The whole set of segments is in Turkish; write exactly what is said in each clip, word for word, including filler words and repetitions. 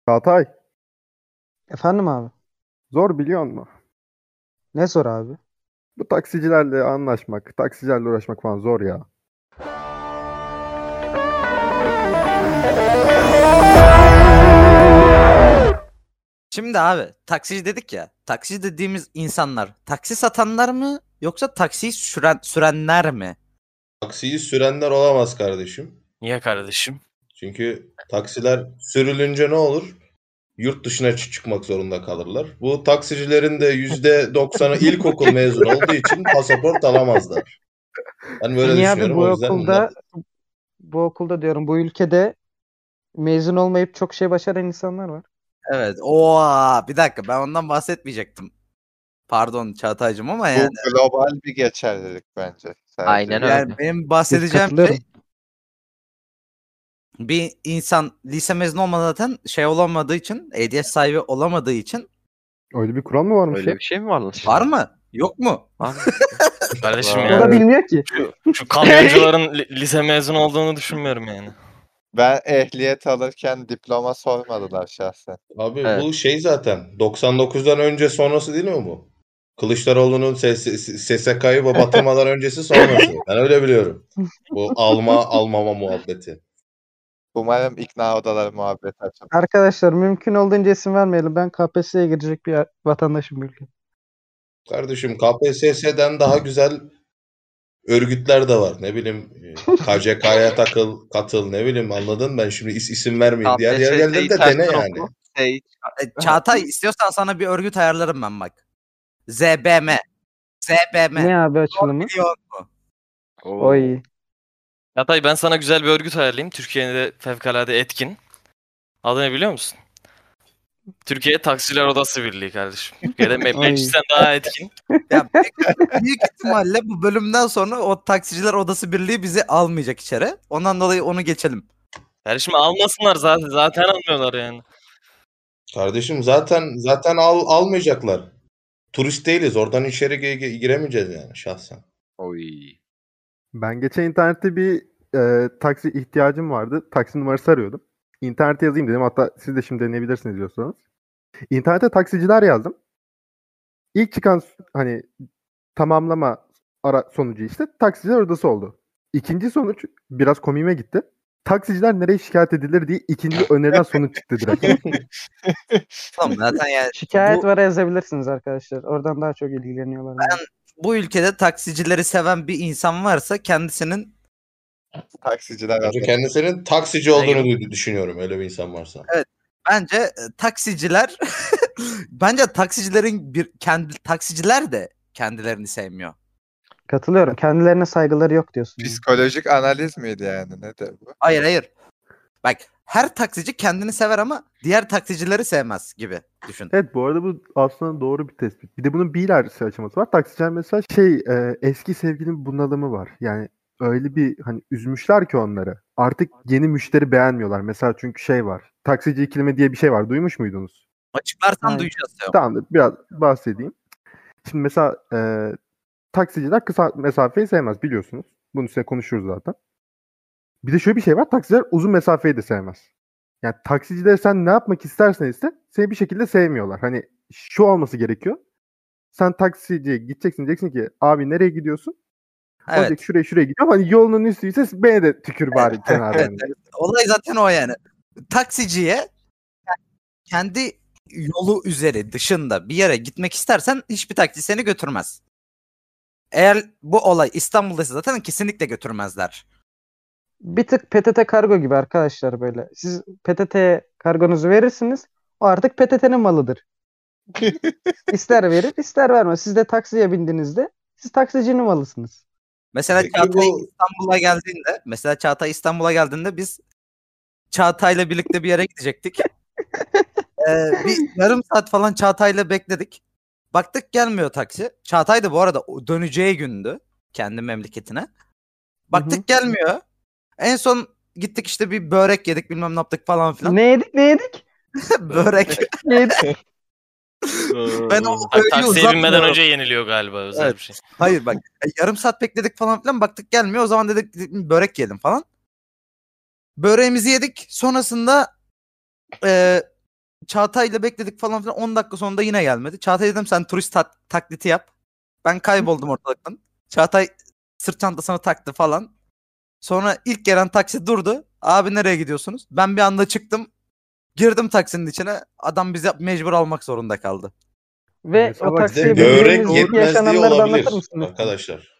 Çağatay, Efendim abi. zor biliyor musun? Ne zor abi? Bu taksicilerle anlaşmak, taksicilerle uğraşmak falan zor ya. Şimdi abi taksici dedik ya. Taksici dediğimiz insanlar taksi satanlar mı yoksa taksiyi süren sürenler mi? Taksiyi sürenler olamaz kardeşim. Niye kardeşim? Çünkü taksiler sürülünce ne olur? Yurt dışına çı- çıkmak zorunda kalırlar. Bu taksicilerin de yüzde doksanı ilkokul mezunu olduğu için pasaport alamazlar. Ben böyle Niye abi düşünüyorum. bu O yüzden bunlar... okulda bu okulda diyorum bu ülkede mezun olmayıp çok şey başaran insanlar var. Evet. Oo, bir dakika ben ondan bahsetmeyecektim. Pardon Çağatay'cım ama yani, Bu global bir geçerlilik bence. Sadece. Aynen öyle. yani benim Biz bahsedeceğim katılıyorum. şey bir insan lise mezunu olmadan zaten şey olamadığı için, ehliyet sahibi olamadığı için Öyle bir kural mı varmış Öyle ya? bir şey mi var lan? var mı? Yok mu? Var mı? Kardeşim Var. O da ya. bilmiyor ki. Şu, şu kamyoncuların li- lise mezunu olduğunu düşünmüyorum yani. Ben ehliyet alırken diploma sormadılar şahsen. Abi Evet. bu şey zaten doksan dokuzdan önce sonrası değil mi bu? Kılıçdaroğlu'nun S S K'yı batırmadan öncesi sonrası. Ben öyle biliyorum. Bu alma almama muhabbeti. Umarım ikna odaları muhabbet açılır. Arkadaşlar mümkün olduğunca isim vermeyelim. Ben K P S S'ye girecek bir vatandaşım bu ülkede. Kardeşim K P S S'den daha güzel örgütler de var. Ne bileyim K C K'ya takıl, katıl ne bileyim anladın ben şimdi is, isim vermeyeyim. Diğer diğer yerleri de dene yani. E, Çağatay istiyorsan sana bir örgüt ayarlarım ben bak. Z B M. Z B M. Ne abi açılımı? Milyon mu? Oy. Yatay ben sana güzel bir örgüt ayarlayayım. Türkiye'de fevkalade etkin. Adı ne biliyor musun? Türkiye Taksiciler Odası Birliği kardeşim. Türkiye'de me- Ay. meclisten daha etkin. Ya büyük, büyük ihtimalle bu bölümden sonra o taksiciler odası birliği bizi almayacak içeri. Ondan dolayı onu geçelim. Kardeşim almasınlar zaten. Zaten almıyorlar yani. Kardeşim zaten zaten al, almayacaklar. Turist değiliz. Oradan içeri gi- gi- giremeyeceğiz yani şahsen. Oy. Ben geçen internette bir e, taksi ihtiyacım vardı. Taksi numarası arıyordum. İnternete yazayım dedim. Hatta siz de şimdi deneyebilirsiniz diyorsanız. İnternete taksiciler yazdım. İlk çıkan hani tamamlama ara sonucu işte taksiciler odası oldu. İkinci sonuç biraz komiğime gitti. Taksiciler nereye şikayet edilir diye ikinci önerilen sonuç çıktı direkt. Tamam zaten yani Şikayet bu, var yazabilirsiniz arkadaşlar. Oradan daha çok ilgileniyorlar. Ben- bu ülkede taksicileri seven bir insan varsa kendisinin Taksiciler Bence adına. kendisinin taksici olduğunu du- düşünüyorum öyle bir insan varsa. bence e, taksiciler bence taksicilerin bir kendi taksiciler de kendilerini sevmiyor. Katılıyorum. Kendilerine saygıları yok diyorsun. yani. Psikolojik analiz miydi yani? Ne de bu? Hayır hayır. Bak her taksici kendini sever ama diğer taksicileri sevmez gibi düşün. Evet, bu arada bu aslında doğru bir tespit. Bir de bunun bir ilerisi aşaması var. Taksiciler mesela şey e, eski sevgilinin bunalımı var. Yani öyle bir hani üzmüşler ki onları. Artık yeni müşteri beğenmiyorlar. Mesela çünkü şey var. Taksici ikilimi diye bir şey var. Duymuş muydunuz? Açıklarsan Hayır. duyacağız ya. Tamam, biraz bahsedeyim. Şimdi mesela e, taksiciler kısa mesafeyi sevmez biliyorsunuz. Bunun üstüne konuşuruz zaten. Bir de şöyle bir şey var. Taksiciler uzun mesafeyi de sevmez. Yani taksiciler sen ne yapmak istersen iste seni bir şekilde sevmiyorlar. Hani şu olması gerekiyor. Sen taksiciye gideceksin diyeceksin ki abi nereye gidiyorsun? O Evet. diyecek şuraya şuraya gidiyorum. Hani yolunun üstüyse beni de tükür bari kenardan. Evet, evet. Olay zaten o yani. Taksiciye kendi yolu üzeri dışında bir yere gitmek istersen hiçbir taksi seni götürmez. Eğer bu olay İstanbul'daysa zaten kesinlikle götürmezler. Bir tık P T T kargo gibi arkadaşlar böyle. Siz P T T'ye kargonuzu verirsiniz. O artık P T T'nin malıdır. İster verir, ister vermez. Siz de taksiye bindiğinizde siz taksicinin malısınız. Mesela Peki Çağatay bu- İstanbul'a geldiğinde, mesela Çağatay İstanbul'a geldiğinde biz Çağatay'la birlikte bir yere gidecektik. Ee, bir yarım saat falan Çağatay'la bekledik. Baktık gelmiyor taksi. Çağatay da bu arada o döneceği gündü kendi memleketine. Baktık Hı hı. gelmiyor. En son gittik işte bir börek yedik bilmem ne yaptık falan filan. Ne yedik, ne yedik? Börek. Ne yedik? Ben o Tak- öğeyi Taksiye binmeden uzatmıyorum. önce yeniliyor galiba özel Evet. bir şey. Hayır bak e, yarım saat bekledik falan filan baktık gelmiyor. O zaman dedik, dedik börek yiyelim falan. Böreğimizi yedik. Sonrasında e, Çağatay'la bekledik falan filan. on dakika sonunda yine gelmedi. Çağatay dedim sen turist tak- taklidi yap. Ben kayboldum ortalıktan. Çağatay sırt çantasını taktı falan. Sonra ilk gelen taksi durdu. Abi nereye gidiyorsunuz? Ben bir anda çıktım. Girdim taksinin içine. Adam bizi mecbur almak zorunda kaldı. Ve Mesela o bak, taksiye Börek bindiğiniz yetmezliği yaşananları da anlatır olabilir mısınız? arkadaşlar.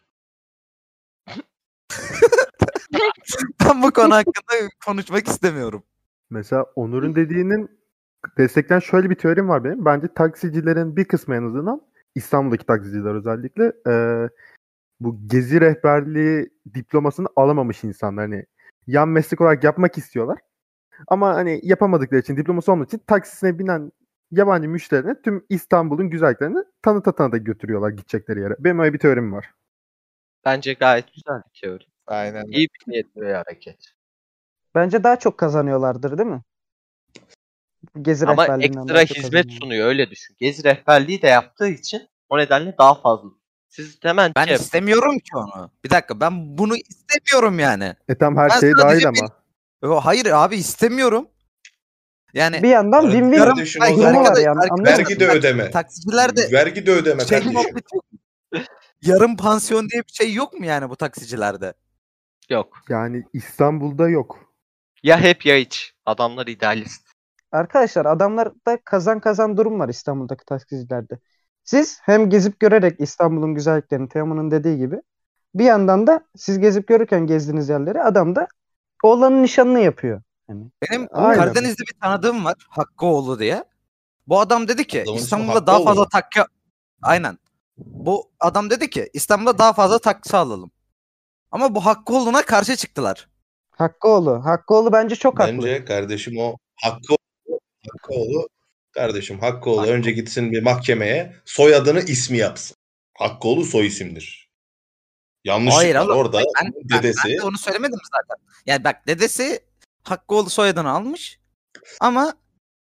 Ben bu konu hakkında konuşmak istemiyorum. Mesela Onur'un dediğinin destekleyen şöyle bir teorim var benim. Bence taksicilerin bir kısmı en azından İstanbul'daki taksiciler özellikle e, bu gezi rehberliği diplomasını alamamış insanlar. Hani yan meslek olarak yapmak istiyorlar. Ama hani yapamadıkları için, diploması olmadığı için taksisine binen yabancı müşterilerine tüm İstanbul'un güzelliklerini tanıta tanıta götürüyorlar gidecekleri yere. Benim öyle bir teorim var. Bence gayet güzel bir teori. Aynen. İyi bir niyetli bir hareket. Bence daha çok kazanıyorlardır değil mi? Gezi Ama rehberliğinden ekstra daha çok hizmet kazanıyorlar. sunuyor öyle düşün. Gezi rehberliği de yaptığı için o nedenle daha fazla. Siz hemen Ben şey- istemiyorum ki onu. Bir dakika ben bunu istemiyorum yani. E tam her Ben şey sadece dahil bir- ama. Yo, hayır abi istemiyorum. Yani Bir yandan Kardeşim, win-win kardeşim o durumu zaman var yani. arkadaş- Anlıyor vergi musun? de ödeme. taksiciler de Vergi de ödeme şey kardeşim. muhabbeti yok mu? Yarım pansiyon diye bir şey yok mu yani bu taksicilerde? yok. Yani İstanbul'da yok. Ya hep ya hiç. Adamlar idealist. Arkadaşlar adamlarda kazan kazan durum var İstanbul'daki taksicilerde. Siz hem gezip görerek İstanbul'un güzelliklerini Teoman'ın dediği gibi bir yandan da siz gezip görürken gezdiğiniz yerleri adam da oğlanın nişanını yapıyor. Yani Benim Aynen. Karadeniz'de bir tanıdığım var Hakkıoğlu diye. Bu adam dedi ki Adamın ismi İstanbul'da daha Hakkıoğlu fazla mu? taksi... Aynen. Bu adam dedi ki İstanbul'da daha fazla taksi alalım. Ama bu Hakkıoğlu'na karşı çıktılar. Hakkıoğlu. Hakkıoğlu bence çok haklı. Bence kardeşim o Hakkı Hakkıoğlu kardeşim Hakkıoğlu önce gitsin bir mahkemeye soyadını ismi yapsın. Hakkıoğlu soy isimdir. Yanlışlık Hayır var oğlum, orada. hayır, ben- Ben, dedesi ben de onu söylemedim zaten. Yani bak dedesi Hakkıoğlu soyadını almış ama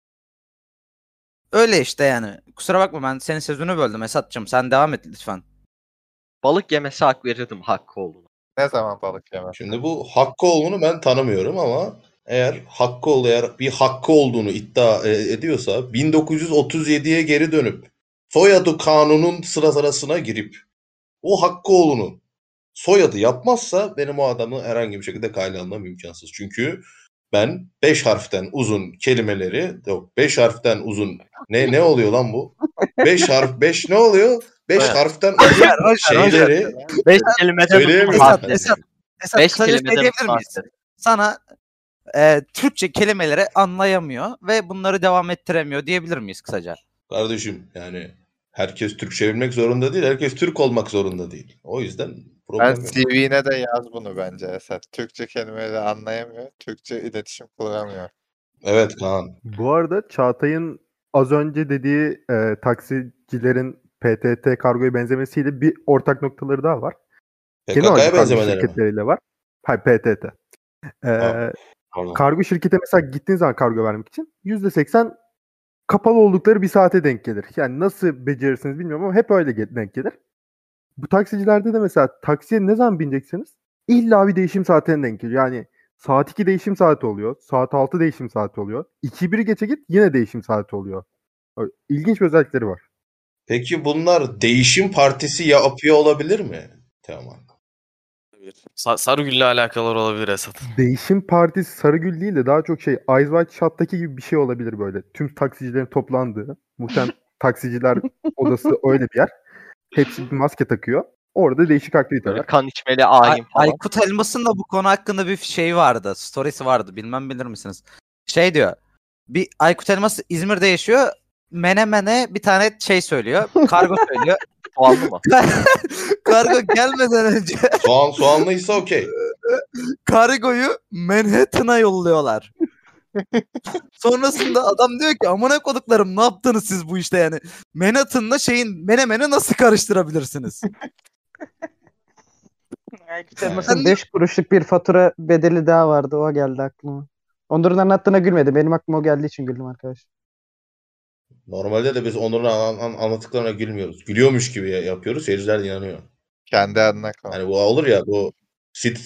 öyle işte yani. Kusura bakma ben senin sözünü böldüm Esat'cığım. Sen devam et lütfen. Balık yemesi hak verirdim Hakkıoğlu'na. Ne zaman balık yemez? Şimdi bu Hakkıoğlu'nu ben tanımıyorum ama eğer Hakkıoğlu eğer bir hakkı olduğunu iddia e- ediyorsa bin dokuz yüz otuz yediye geri dönüp soyadı kanunun sıra sırasına girip o Hakkıoğlu'nun soyadı yapmazsa benim o adamı herhangi bir şekilde kale almam imkansız. Çünkü ben beş harften uzun kelimeleri yok beş harften uzun ne ne oluyor lan bu? beş harf beş ne oluyor? beş Evet. harften uzun Roger, Roger, şeyleri Beş kelimeden söyleyemiyorum. Esat, yani. Esat, Esat Beş kısaca kelimeden söyleyebilir miyiz? bahsedin. Sana e, Türkçe kelimeleri anlayamıyor ve bunları devam ettiremiyor diyebilir miyiz kısaca? Kardeşim yani herkes Türkçe bilmek zorunda değil. Herkes Türk olmak zorunda değil. O yüzden problem Ben yok. C V'ne de yaz bunu bence Esat. Türkçe kelimeleri anlayamıyor. Türkçe iletişim kuramıyor. Evet Kaan. Bu arada Çağatay'ın az önce dediği e, taksicilerin P T T kargoya benzemesiyle bir ortak noktaları daha var. Genel olarak P K K'ya kargo benzemeleri mi? şirketleriyle var. Hayır P T T. Ee, Ha. Pardon. kargo şirkete mesela gittiğiniz zaman kargo vermek için yüzde seksen kapalı oldukları bir saate denk gelir. Yani nasıl becerirsiniz bilmiyorum ama hep öyle ge- denk gelir. Bu taksilerde de mesela taksiye ne zaman bineceksiniz? İlla bir değişim saatine denk geliyor. Yani saat iki değişim saati oluyor. Saat altı değişim saati oluyor. iki bir geçe git yine değişim saati oluyor. Öyle İlginç bir özellikleri var. Peki bunlar değişim partisi yapıyor olabilir mi? Teoman. Sa- Sarıgül'le alakalı olabilir Esat. Değişim Partisi Sarıgül değil de daha çok şey Eyes Wide Shut'taki gibi bir şey olabilir böyle. Tüm taksicilerin toplandığı. Muhtemelen taksiciler odası öyle bir yer. Hepsi bir maske takıyor. Orada değişik Böyle aktiviteler. kan içmeli Ay- ayin falan. Aykut Elmas'ın da bu konu hakkında bir şey vardı. Storiesi vardı. Bilmem bilir misiniz? Şey diyor. Bir Aykut Elmas İzmir'de yaşıyor. Menemen'e bir tane şey söylüyor. Kargo söylüyor. Soğanlı mı? Kargo gelmeden önce Soğan soğanlıysa okey. kargoyu Manhattan'a yolluyorlar. Sonrasında adam diyor ki amına koduklarım ne yaptınız siz bu işte yani. Manhattan'la şeyin Menemen'i nasıl karıştırabilirsiniz? Elmas'ın beş kuruşluk bir fatura bedeli daha vardı. O geldi aklıma. Onur'un anlattığına gülmedim. Benim aklıma o geldiği için güldüm arkadaş. Normalde de biz Onur'un an- an- anlattıklarına gülmüyoruz. Gülüyormuş gibi ya- yapıyoruz. Seyirciler de inanıyor. Kendi adına kal. Hani bu olur ya bu sit,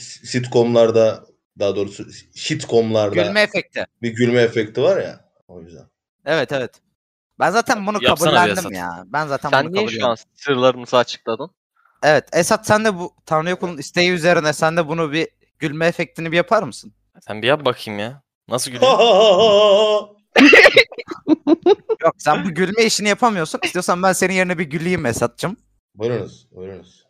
sitcomlarda daha doğrusu sitcomlarda Gülme efekti. bir gülme efekti var ya. O yüzden. Evet evet. Ben zaten bunu Yapsana bir kabullendim Esat. ya. Ben zaten Sen bunu niye şu an kabullendim. sırlarımızı açıkladın? Evet Esat sen de bu Tanrı Yok'un isteği üzerine sen de bunu bir gülme efektini bir yapar mısın? Sen bir yap bakayım ya. Nasıl gülüyor? Yok sen bu gülme işini yapamıyorsun. İstiyorsan ben senin yerine bir güleyim Esat'cığım. Buyurunuz, buyurunuz.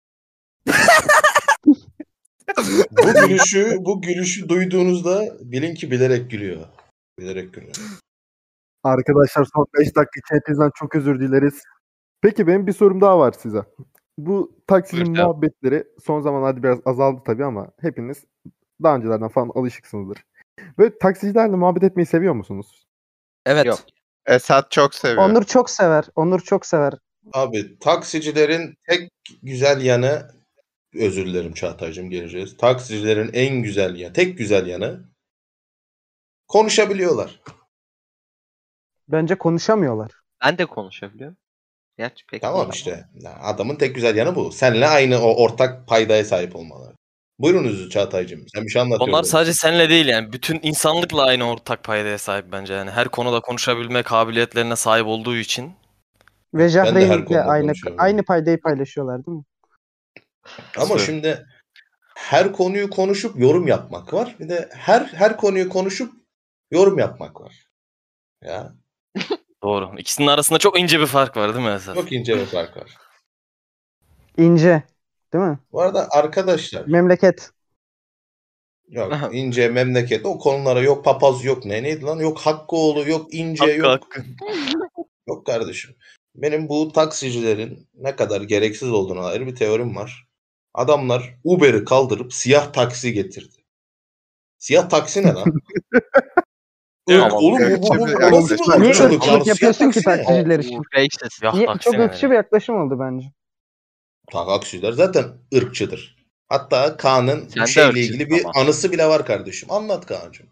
Bu gülüşü, bu gülüşü duyduğunuzda bilin ki bilerek gülüyor. Bilerek gülüyor. Arkadaşlar son beş dakika için hepinizden çok özür dileriz. Peki benim bir sorum daha var size. Bu taksici Buyur cevap. muhabbetleri son zamanlarda biraz azaldı tabii ama hepiniz daha öncelerden falan alışıksınızdır. Böyle taksicilerle muhabbet etmeyi seviyor musunuz? Evet. Yok. Esat çok seviyor. Onur çok sever. Onur çok sever. Abi taksicilerin tek güzel yanı, özür dilerim Çağatay'cığım geleceğiz. Taksicilerin en güzel yanı, tek güzel yanı konuşabiliyorlar. Bence konuşamıyorlar. Ben de konuşabiliyorum. Gerçi pek Tamam değil işte. Adamın tek güzel yanı bu. Seninle aynı o ortak paydaya sahip olmaları. Buyurunuz Çağatay'cığım. Sen bir şey anlatıyordun. Onlar sadece seninle değil yani. Bütün insanlıkla aynı ortak paydaya sahip bence yani. Her konuda konuşabilme kabiliyetlerine sahip olduğu için. Ve Ben de her Jahreyn'le konuda aynı konuşuyorum. aynı paydayı paylaşıyorlar değil mi? Ama Söyle. şimdi her konuyu konuşup yorum yapmak var. Bir de her her konuyu konuşup yorum yapmak var. Ya Doğru. İkisinin arasında çok ince bir fark var değil mi Esat? çok ince bir fark var. İnce. Değil mi? Bu arada arkadaşlar Memleket. yok ince memleket o konulara yok papaz yok ne neydi lan yok Hakkıoğlu yok ince Hakkı, yok. hakkı. Yok kardeşim. Benim bu taksicilerin ne kadar gereksiz olduğuna dair bir teorim var. Adamlar Uber'i kaldırıp siyah taksi getirdi. Siyah taksi ne lan? Irk, Tamam. oğlum bu, bu, bu, bu Irkçı bir nasıl yaklaşım. bir Niye ırkçılık? ırkçılık Yani siyah yapıyorsun ki taksi ne? taksiciler için? Racist. Siyah Niye, taksi çok ne ırkçı ya? bir yaklaşım oldu bence. Taksiler zaten ırkçıdır. Hatta Kaan'ın Sen bu de şeyle ırkçısın ilgili bir ama. anısı bile var kardeşim. Anlat Kaan'cığım.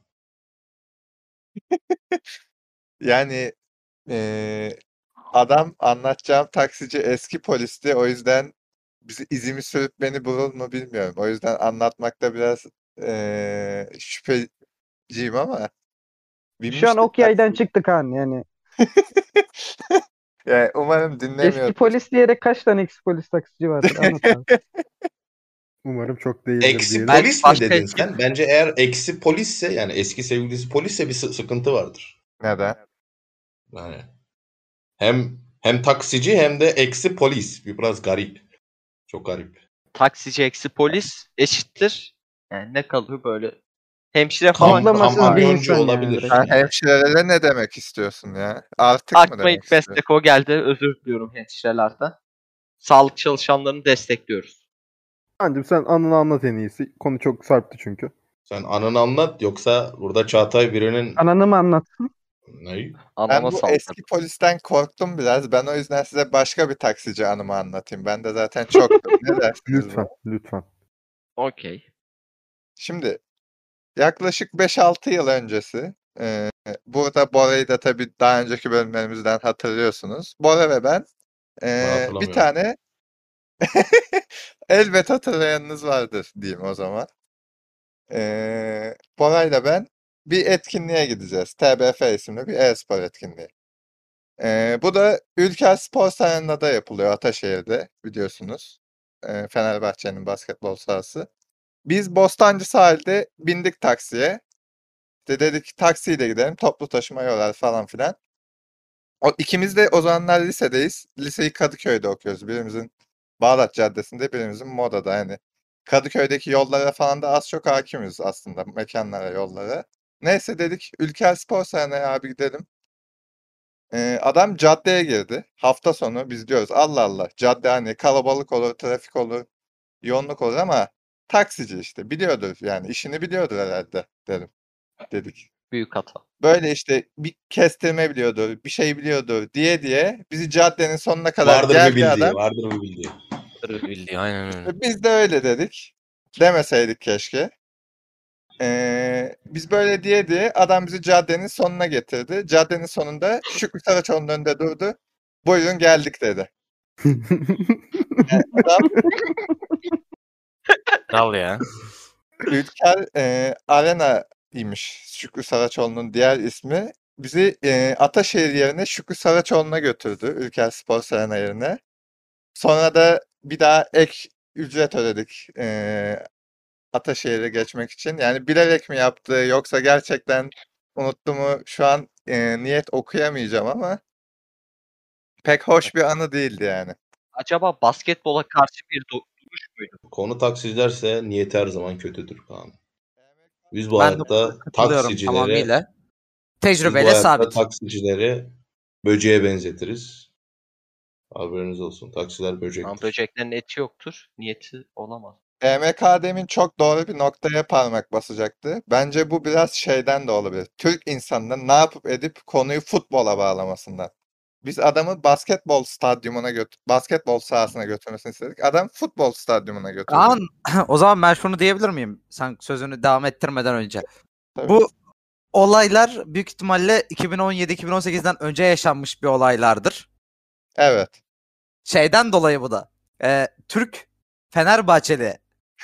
Yani eee, adam anlatacağım taksici eski polisti. O yüzden bizi izimi sürüp beni bulur mu bilmiyorum. O yüzden anlatmakta biraz eee şüpheciyim ama Şu an binmiştik ok yaydan taksiye. çıktı Kaan yani. Yani umarım Eski dinlemiyordur. polis diyerek kaç tane eski polis taksici vardır? Anlat abi. Umarım çok değildir Eksi diyelim. Belki polis mi başka dedin eski- sen? Bence eğer eksi polisse yani eski sevgilisi polisse bir sı- sıkıntı vardır. Neden? Yani hem hem taksici hem de eksi polis. Bir biraz garip. Çok garip. Taksici eksi polis eşittir. Yani ne kalıyor böyle? Hemşire Kam, falan. Kodlamasız kam bir kamyoncu insan yani olabilir. direkt. Sen hemşirelere ne demek istiyorsun ya? Artık mı Aklıma demek ilk istiyorsun? meslek o geldi. Özür diliyorum hemşirelerden. Sağlık çalışanlarını destekliyoruz. Kaan'cığım sen anını anlat en iyisi. Konu çok sarptı çünkü. Sen anını anlat yoksa burada Çağatay birinin Ananı mı anlatsın? ne? Ben Anama bu saldırdı. eski polisten korktum biraz. Ben o yüzden size başka bir taksici anımı anlatayım. Ben de zaten çok ne dersiniz bu? Lütfen, lütfen. Okey. Şimdi yaklaşık beş altı yıl öncesi e, burada Bora'yı da tabii daha önceki bölümlerimizden hatırlıyorsunuz. Bora ve ben Ben e, bir hatırlamıyorum. tane elbet hatırlayanınız vardır diyeyim o zaman. E, Bora'yla ben bir etkinliğe gideceğiz. T B F isimli bir e-spor etkinliği. E, bu da Ülker Spor Salonu'nda yapılıyor Ataşehir'de biliyorsunuz. E, Fenerbahçe'nin basketbol sahası. Biz Bostancı sahilde bindik taksiye. İşte dedik taksiyle gidelim. Toplu taşıma yollar falan filan. O, ikimiz de o zamanlar lisedeyiz. Liseyi Kadıköy'de okuyoruz. Birimizin Bağdat Caddesi'nde, birimizin Moda'da. Yani Kadıköy'deki yollara falan da az çok hakimiz aslında. Mekanlara, yollara. Neyse dedik Ülker Spor Salonu'na abi gidelim. Ee, adam caddeye girdi. Hafta sonu biz diyoruz Allah Allah. Cadde hani kalabalık olur, trafik olur, yoğunluk olur ama taksici işte biliyordur yani işini biliyordur herhalde dedim. Dedik. Büyük hata. Böyle işte bir kestirme biliyordur, bir şey biliyordur diye diye bizi caddenin sonuna kadar Vardır bir geldi bildiği. adam. Vardır bir bildiği. Bildiği aynen öyle. Biz de öyle dedik. Demeseydik keşke. Ee, biz böyle diye diye adam bizi caddenin sonuna getirdi. Caddenin sonunda Şükrü Saraçoğlu'nun önünde durdu. Buyurun geldik dedi. Yani adam Kral ya. Ülker e, Arena imiş Şükrü Saraçoğlu'nun diğer ismi. bizi e, Ataşehir yerine Şükrü Saraçoğlu'na götürdü. Ülker Spor Sarayı'na yerine. Sonra da bir daha ek ücret ödedik e, Ataşehir'e geçmek için. Yani bilerek mi yaptı yoksa gerçekten unuttu mu şu an e, niyet okuyamayacağım ama pek hoş bir anı değildi yani. Acaba basketbola karşı bir du- duruş muydu? Konu taksicilerse niyet her zaman kötüdür Kaan. Biz bu Ben de hayatta katılıyorum taksicilere tamamıyla. biz bu Tecrübeyle hayatta sabit. taksicileri böceğe benzetiriz. Haberiniz olsun. Taksiler Ama böcektir. böceklerin eti yoktur. Niyeti olamaz. E M K demin çok doğru bir noktaya parmak basacaktı. Bence bu biraz şeyden de olabilir. Türk insanının ne yapıp edip konuyu futbola bağlamasından. Biz adamı basketbol stadyumuna götür, basketbol sahasına götürmesini istedik. Adam futbol stadyumuna götürdü. Kaan, o zaman ben şunu diyebilir miyim? Sen sözünü devam ettirmeden önce. Tabii. Bu olaylar büyük ihtimalle iki bin on yedi iki bin on sekizden önce yaşanmış bir olaylardır. Evet. Şeyden dolayı bu da. Ee, Türk Fenerbahçeli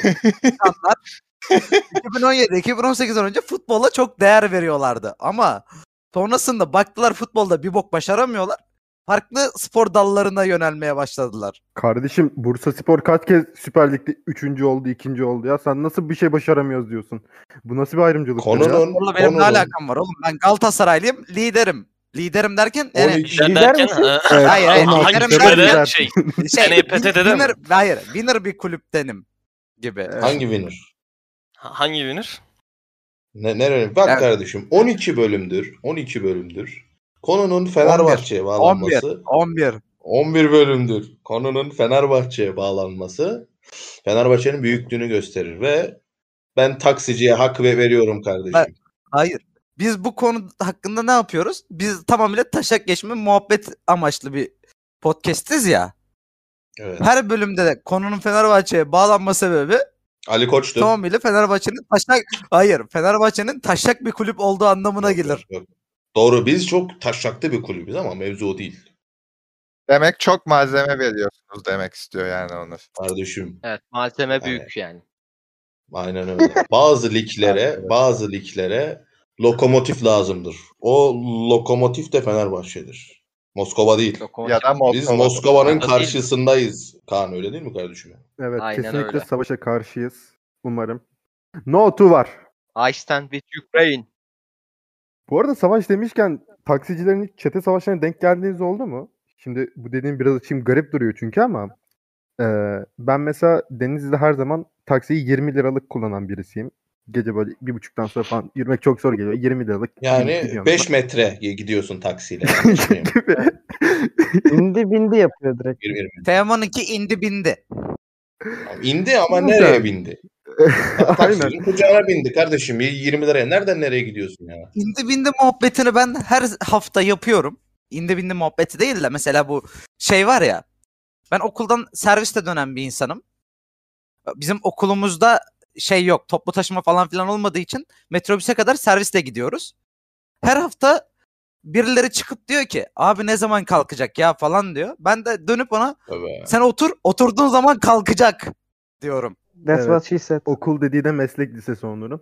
insanlar iki bin on yedi iki bin on sekizden önce futbola çok değer veriyorlardı. Ama sonrasında baktılar futbolda bir bok başaramıyorlar. Farklı spor dallarına yönelmeye başladılar. Kardeşim Bursaspor kaç kez Süper Lig'de üçüncü oldu, ikinci oldu ya. Sen nasıl bir şey başaramıyoruz diyorsun. Bu nasıl bir ayrımcılık? ya? Konunun, Sporla benim ne konunun alakam var oğlum? Ben Galatasaraylıyım, liderim. Liderim derken yani on iki Sen Lider derken misin? ha, Evet, Hayır, hayır, on altı liderim sene hangi derken- lider. şey? şey, Seneye P T T'de winner, mi? hayır, winner bir kulüptenim gibi. Evet. hangi winner? Ha- Hangi winner? Ne, nereye? Bak Evet. kardeşim on iki bölümdür. on iki bölümdür. Konunun Fenerbahçe'ye on bir, bağlanması on bir. on bir bölümdür. Konunun Fenerbahçe'ye bağlanması Fenerbahçe'nin büyüklüğünü gösterir ve ben taksiciye hak ve veriyorum kardeşim. Hayır. Biz bu konu hakkında ne yapıyoruz? Biz tamamıyla taşak geçme muhabbet amaçlı bir podcastiz ya. Evet. Her bölümde de konunun Fenerbahçe'ye bağlanma sebebi Ali Koç'tu. tamamıyla Fenerbahçe'nin taşak hayır, Fenerbahçe'nin taşak bir kulüp olduğu anlamına Yok, gelir. yok, yok. Doğru, biz çok taşraklı bir kulübüz ama mevzu o değil. Demek çok malzeme veriyorsunuz demek istiyor yani Onur. Kardeşim Evet, malzeme Yani- büyük yani. aynen öyle. Bazı liglere, Evet. bazı liglere lokomotif lazımdır. O lokomotif de Fenerbahçe'dir. Moskova değil. Lokomotiv. Ya da Biz Moskova. Moskova'nın Orada değil mi? karşısındayız. Kaan öyle değil mi kardeşim? Evet, Aynen kesinlikle öyle. savaşa karşıyız. Umarım. No to var. I stand with Ukraine. Bu arada savaş demişken taksicilerin hiç çete savaşlarına denk geldiğiniz oldu mu? Şimdi bu dediğim biraz içim garip duruyor çünkü ama e, ben mesela Denizli'de her zaman taksiyi yirmi liralık kullanan birisiyim. Gece böyle bir buçuktan sonra falan yürümek çok zor geliyor. yirmi liralık. binip Yani gidiyorum beş ben. metre gidiyorsun taksiyle. Anlaşılıyor mu? Gibi. Bindi bindi yapıyor direkt. Bir- bir- Teoman'ınki indi bindi. İndi ama Güzel. nereye bindi? Aynen. Taksinin kucağına bindi kardeşim. yirmi liraya nereden nereye gidiyorsun ya? İndi bindi muhabbetini ben her hafta yapıyorum. İndi bindi muhabbeti değil de mesela bu şey var ya. Ben okuldan serviste dönen bir insanım. Bizim okulumuzda şey yok. Toplu taşıma falan filan olmadığı için metrobüse kadar servisle gidiyoruz. Her hafta birileri çıkıp diyor ki abi ne zaman kalkacak ya falan diyor. Ben de dönüp ona Tabii. sen otur oturduğun zaman kalkacak diyorum. That's Evet. what she said. Okul dediği de meslek lisesi Onur'un.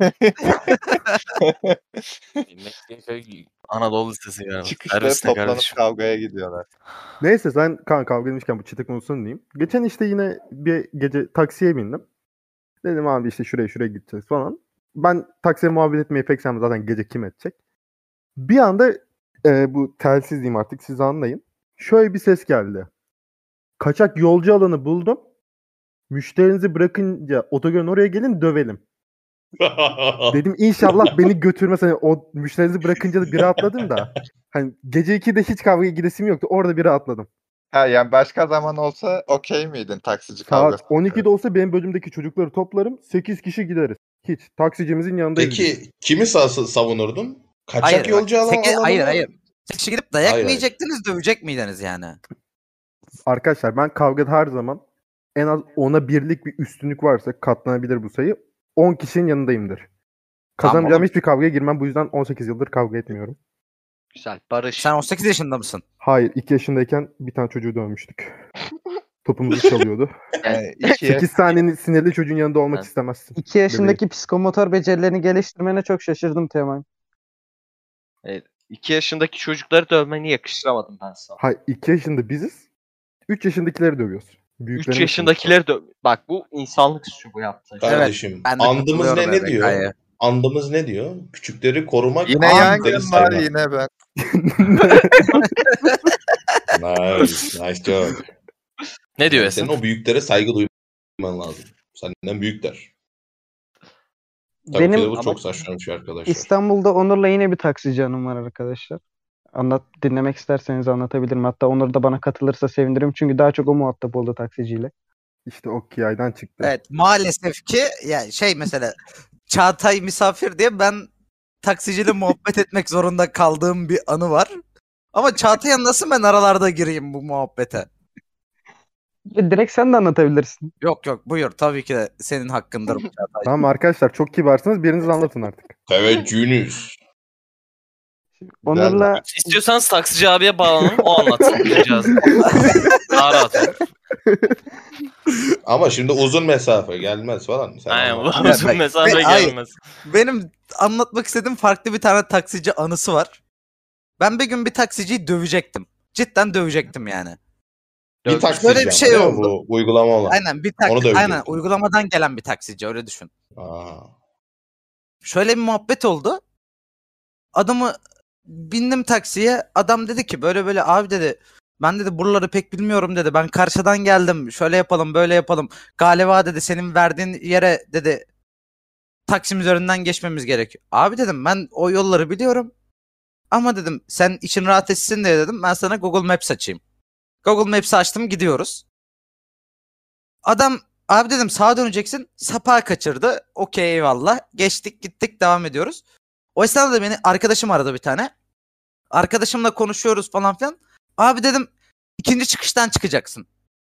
Bilmek şey Anadolu Lisesi galiba. Çıkışta Servisine toplanıp kardeşim. kavgaya gidiyorlar. Neyse sen kan kavga demişken bu çete konusunu diyeyim. Geçen işte yine bir gece taksiye bindim. Dedim abi işte şuraya şuraya gideceğiz falan. Ben taksiye muhabbet etmeyi pek sevmem, zaten gece kim edecek. Bir anda e, bu telsiz diyeyim artık, siz anlayın. Şöyle bir ses geldi. Kaçak yolcu alanı buldum. Müşterinizi bırakınca otogarın oraya gelin dövelim. Dedim inşallah beni götürmez. Hani o müşterinizi bırakınca da biri atladım da. Hani gece ikide hiç kavgaya gidesim yoktu. Orada biri atladım. Ha yani başka zaman olsa okey miydin taksici Saat kavgası? on ikide olsa benim bölümdeki çocukları toplarım. sekiz kişi gideriz. Hiç. Taksicimizin yanındayız. biz. Peki kimi sa- savunurdun? Kaçak Hayır, yolcu bak, alan seki- alanı hayır mı? hayır. Sekiz gidip dayak Hayır, mı hayır. yiyecektiniz, dövecek miydiniz yani? Arkadaşlar ben kavgada her zaman en az ona birlik bir üstünlük varsa katlanabilir bu sayı. on kişinin yanındayımdır. Kazanacağım oğlum. hiçbir kavgaya girmem. Bu yüzden on sekiz yıldır kavga etmiyorum. Güzel. Barış. Sen on sekiz yaşında mısın? Hayır, iki yaşındayken bir tane çocuğu dövmüştük. Topumuzu çalıyordu. Yani ikiye sekiz tanenin sinirli çocuğun yanında olmak Evet. istemezsin. İki yaşındaki psikomotor becerilerini geliştirmene çok şaşırdım Teoman. iki yaşındaki çocukları dövmeni yakıştıramadım ben sana. Hay iki yaşında biziz. üç yaşındakileri dövüyoruz. üç Büyüklerimiz yaşındakileri döv. Bak bu insanlık suçu bu yaptığın. şey. Kardeşim ben de andımız ne katılıyorum ne Emre diyor? Kaya'ya. Andımız ne diyor? Küçükleri korumak, Yine büyükleri yangın var saymak. yine ben. Nice, nice job. Ne diyor Yani Esin? senin o büyüklere saygı duyman lazım. Senden büyükler. Tabii ki de Benim bu Ama- çok saçma bir şey arkadaşlar. İstanbul'da Onur'la yine bir taksici anım var arkadaşlar. Anlat, dinlemek isterseniz anlatabilirim. Hatta Onur da bana katılırsa sevinirim. Çünkü daha çok o muhatap oldu taksiciyle. İşte o Kiay'dan çıktı. Evet maalesef ki yani şey mesela Çağatay misafir diye ben taksiciyle muhabbet etmek zorunda kaldığım bir anı var. Ama Çağatay'a nasıl ben aralarda gireyim bu muhabbete? Ve direkt sen de anlatabilirsin. Yok yok buyur tabii ki de senin hakkındır bu Çağatay. Tamam arkadaşlar çok kibarsınız. Biriniz anlatın artık. Teveccühünüz. Onur'la İstiyorsanız taksici abiye bağlanalım. O anlatsın. Rica ederim. Daha rahat olur. Ama şimdi uzun mesafe gelmez falan. Sen Aynen. anlat. Bu uzun bak- mesafe Ve- hayır. gelmez. Benim anlatmak istediğim farklı bir tane taksici anısı var. Ben bir gün bir taksiciyi dövecektim. Cidden dövecektim yani. Bir taksici Böyle bir ama şey değil mi? oldu. Bu uygulama olan. Aynen bir Onu taksi dövecektim. aynen uygulamadan gelen bir taksici öyle düşün. Aa. Şöyle bir muhabbet oldu. Adamı bindim taksiye. Adam dedi ki böyle böyle abi dedi. Ben dedi buraları pek bilmiyorum dedi. Ben karşıdan geldim. Şöyle yapalım böyle yapalım. Galiba dedi senin verdiğin yere dedi Taksim üzerinden geçmemiz gerekiyor. Abi dedim ben o yolları biliyorum. Ama dedim sen için rahat etsin diye dedim. Ben sana Google Maps açayım. Google Maps'i açtım gidiyoruz. Adam abi dedim sağa döneceksin. Sapağı kaçırdı. Okey eyvallah. Geçtik gittik devam ediyoruz. O esnada da beni arkadaşım aradı bir tane. Arkadaşımla konuşuyoruz falan filan. Abi dedim ikinci çıkıştan çıkacaksın.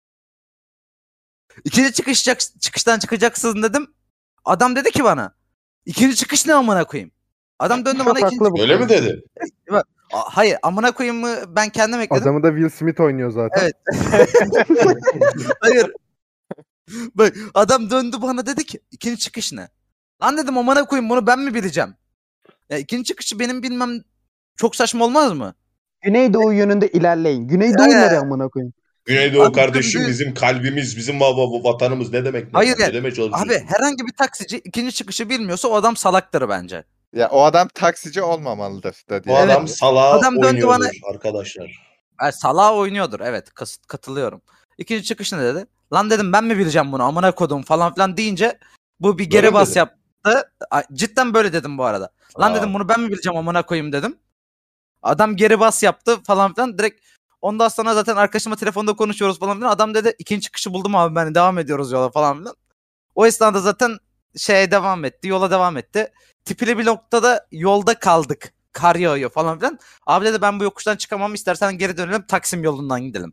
İkinci çıkışacak, çıkıştan çıkacaksın dedim. Adam dedi ki bana ikinci çıkış ne amına koyayım. Adam döndü çok bana ikinci... haklı bu. Öyle mi dedi? A- Hayır amına koyayım mı ben kendim ekledim. Adamı da Will Smith oynuyor zaten. Evet. Hayır. Bak adam döndü bana dedi ki ikinci çıkış ne? Lan dedim amına koyayım bunu ben mi bileceğim? Ya ikinci çıkışı benim bilmem çok saçma olmaz mı? Güneydoğu yönünde ilerleyin. Güneydoğu Ya. nereye amına koyayım? Güneydoğu Abi kardeşim döndü. bizim kalbimiz, bizim baba vatanımız ne demek? Ne, Hayır ne ya. demeye çalışıyorsun? Abi herhangi bir taksici ikinci çıkışı bilmiyorsa o adam salaktır bence. Ya o adam taksici olmamalıdır da Bu diye. adam salağa Adam döndü oynuyordur bana- arkadaşlar. Yani salağa oynuyordur evet kas- katılıyorum. İkinci çıkış ne dedi? Lan dedim ben mi bileceğim bunu amına kodum falan filan deyince bu bir geri Böyle mi bas dedi? yaptı. Ay, cidden böyle dedim bu arada. Lan Aa. dedim bunu ben mi bileceğim amına koyayım dedim. Adam geri bas yaptı falan filan direkt ondan sonra zaten arkadaşımla telefonda konuşuyoruz falan filan. Adam dedi ikinci çıkışı buldum abi ben devam ediyoruz yola falan filan. O esnada zaten şeye devam etti yola devam etti. Tipili bir noktada yolda kaldık. Kar yağıyor falan filan. Abi dedi ben bu yokuştan çıkamam istersen geri dönelim Taksim yolundan gidelim.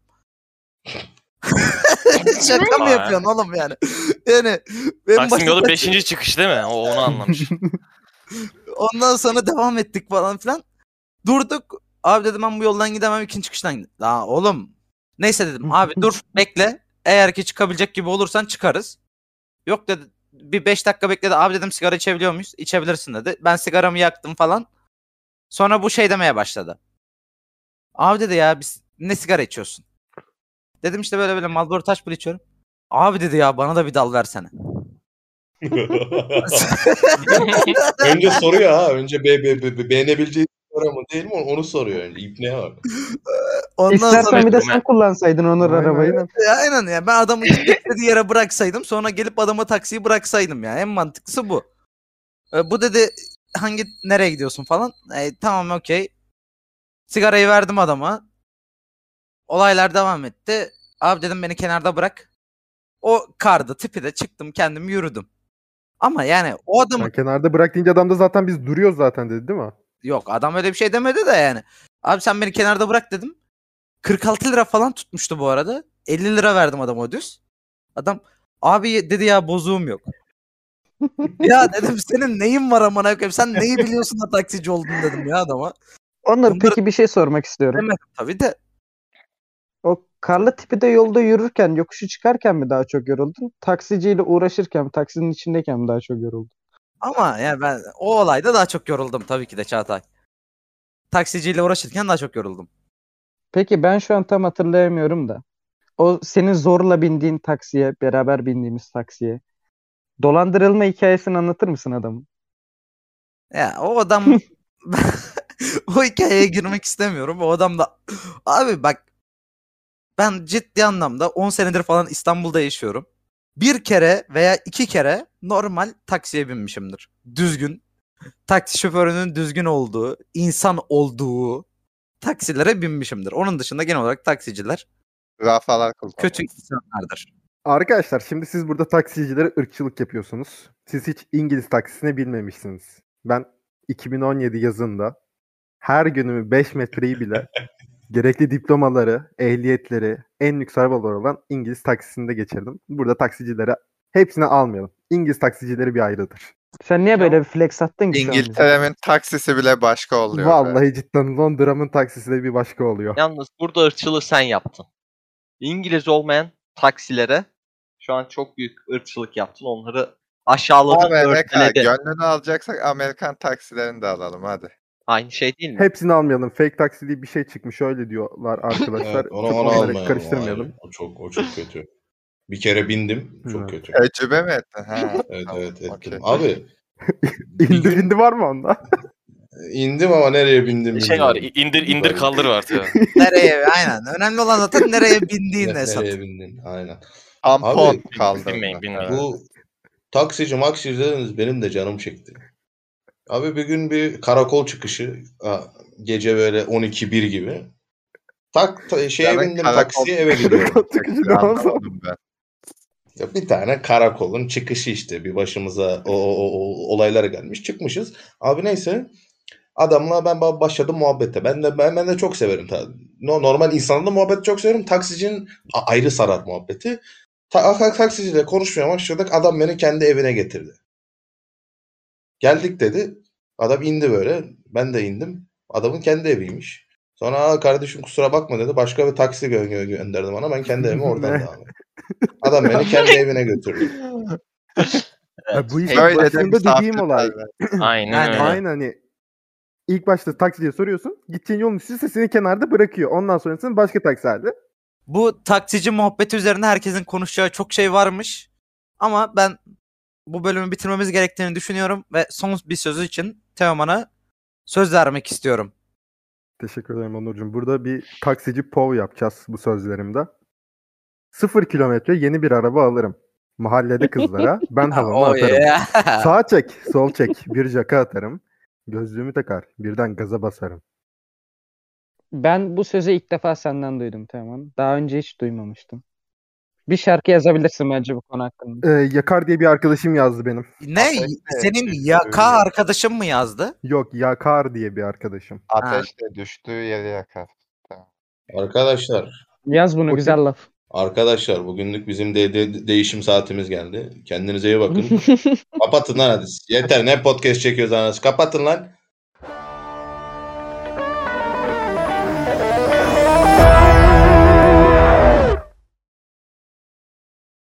Şaka mı Aa. yapıyorsun oğlum yani? Yani benim Taksim başta yolu Taksim- beşinci çıkış değil mi? O onu anlamış. Ondan sonra devam ettik falan filan. Durduk. Abi dedim ben bu yoldan gidemem ikinci çıkıştan gidelim. Daha oğlum. Neyse dedim abi dur bekle. Eğer ki çıkabilecek gibi olursan çıkarız. Yok dedi. Bir beş dakika bekledi. Abi dedim sigara içebiliyor muyuz? İçebilirsin dedi. Ben sigaramı yaktım falan. Sonra bu şey demeye başladı. Abi dedi ya biz ne sigara içiyorsun? Dedim işte böyle böyle Marlboro Taş Bulu içiyorum. Abi dedi ya bana da bir dal versene. Önce soruyor ha. Önce be, be, be, be, beğenebileceği sigara mı değil mi onu soruyor önce. İpneye bak. Ondan İstersen sonra bir de Aynen. sen kullansaydın Onur Aynen, arabayı. aynen. Ya aynen ya ben adamı gitmek istediği yere bıraksaydım sonra gelip adama taksiyi bıraksaydım ya en mantıklısı bu. E, bu dedi hangi nereye gidiyorsun falan. E, tamam okey. Sigarayı verdim adama. Olaylar devam etti. Abi dedim beni kenarda bırak. O kardı tipi de çıktım kendim yürüdüm. Ama yani o adamı Yani kenarda bırak deyince adam da zaten biz duruyoruz zaten dedi değil mi? yok adam öyle bir şey demedi de yani. Abi sen beni kenarda bırak dedim. kırk altı lira falan tutmuştu bu arada. elli lira verdim adama düz. Adam abi dedi ya bozuğum yok. Ya dedim senin neyin var amına koyayım? Sen neyi biliyorsun da taksici oldun dedim ya adama. Onur Bunları- peki bir şey sormak istiyorum. Demedim tabii de. O karlı tipi de yolda yürürken, yokuşu çıkarken mi daha çok yoruldun? Taksiciyle uğraşırken, taksinin içindeyken mi daha çok yoruldun? Ama yani ben o olayda daha çok yoruldum tabii ki de Çağatay. taksiciyle uğraşırken daha çok yoruldum. Peki ben şu an tam hatırlayamıyorum da. O senin zorla bindiğin taksiye, beraber bindiğimiz taksiye. Dolandırılma hikayesini anlatır mısın adamın? Ya o adam o hikayeye girmek istemiyorum. O adam da abi bak ben ciddi anlamda on senedir falan İstanbul'da yaşıyorum. Bir kere veya iki kere normal taksiye binmişimdir. Düzgün. Taksi şoförünün düzgün olduğu, insan olduğu taksilere binmişimdir. Onun dışında genel olarak taksiciler Rafalar kullanıyor. kötü insanlardır. Arkadaşlar şimdi siz burada taksicilere ırkçılık yapıyorsunuz. Siz hiç İngiliz taksisine binmemişsiniz. Ben iki bin on yedi yazında her günümü beş metreyi bile gerekli diplomaları, ehliyetleri, en lüks arabalar olan İngiliz taksisinde geçirdim. Burada taksicilere hepsini almayalım. İngiliz taksicileri bir ayrıdır. Sen niye böyle bir flex attın ki şu an bize? İngiltere'nin taksisi bile başka oluyor. be. Vallahi cidden Londra'nın taksisi de bir başka oluyor. Yalnız burada ırkçılığı sen yaptın. İngiliz olmayan taksilere şu an çok büyük ırkçılık yaptın. Onları aşağıladın, Amerika, örtüledin. gönlünü alacaksak Amerikan taksilerini de alalım hadi. Aynı şey değil mi? Hepsini almayalım. Fake taksi diye bir şey çıkmış. Öyle diyorlar arkadaşlar. Evet, onu, Çok onu onları almayalım. karıştırmayalım. Hayır, O çok o çok kötü. Bir kere bindim. Çok Evet. kötü. Tecrübe mi ettin? Ha, Evet tamam, evet ettim. okey. Abi bir İndi gün bindi var mı onda? indim ama nereye bindim Şey var, bilmiyorum. indir indir kaldır var tabii. Nereye aynen. Önemli olan zaten nereye bindiğin Ne- Esat. Nereye bindin? Aynen. Tampon Abi, kaldı. bilmeyin, bilmeyin. Bu taksici maksici dediniz benim de canım çekti. Abi bir gün bir karakol çıkışı ha, gece böyle on iki bir gibi. Tak ta- şeye Demek bindim karakol- taksiye eve gidiyorum. Çıkışı da olsa. Anlamadım ben. Ya bir tane karakolun çıkışı işte bir başımıza o, o, o- o olaylar gelmiş çıkmışız. Abi neyse adamla ben ba- başladım muhabbete. Ben de ben, ben de çok severim tabii. No, normal insanla muhabbeti çok severim. Taksicinin a- ayrı sarar muhabbeti. Ta- ta- taksiciyle konuşmaya başladık. Adam beni kendi evine getirdi. Geldik dedi. Adam indi böyle. Ben de indim. Adamın kendi eviymiş. Sonra "Aa, kardeşim kusura bakma dedi. Başka bir taksi gö- gö- gönderdi bana. Ben kendi evime oradan Ne? devam ettim. Adam beni kendi evine götürdü. Ha, bu iş Böyle de başında dediğim olay. misafirperver. Aynen Yani öyle. Aynen hani ilk başta taksiciye soruyorsun. Gideceğin yolun üstüyse seni kenarda bırakıyor. Ondan sonrasını başka taksi halde. Bu taksici muhabbeti üzerine herkesin konuşacağı çok şey varmış. Ama ben bu bölümü bitirmemiz gerektiğini düşünüyorum ve son bir sözü için Teoman'a söz vermek istiyorum. Teşekkür ederim Onurcuğum. Burada bir taksici pov yapacağız bu sözlerimde. Sıfır kilometre yeni bir araba alırım. Mahallede kızlara ben havamı Oh atarım. yeah. Sağa çek, sol çek, bir jaka atarım. Gözlüğümü takar, birden gaza basarım. Ben bu sözü ilk defa senden duydum Teoman. Daha önce hiç duymamıştım. Bir şarkı yazabilirsin bence bu konu hakkında. Ee, Yakar diye bir arkadaşım yazdı benim. Ne? Ateşle Senin düştüğü yaka yer. arkadaşın mı yazdı? Yok, Yakar diye bir arkadaşım. Ateşle düştüğü yeri yakar. Tamam. Arkadaşlar Yaz bunu, Okey. güzel laf. Arkadaşlar bugünlük bizim de, de- değişim saatimiz geldi. Kendinize iyi bakın. Kapatın lan hadi. Yeter ne podcast çekiyoruz anasını. Kapatın lan.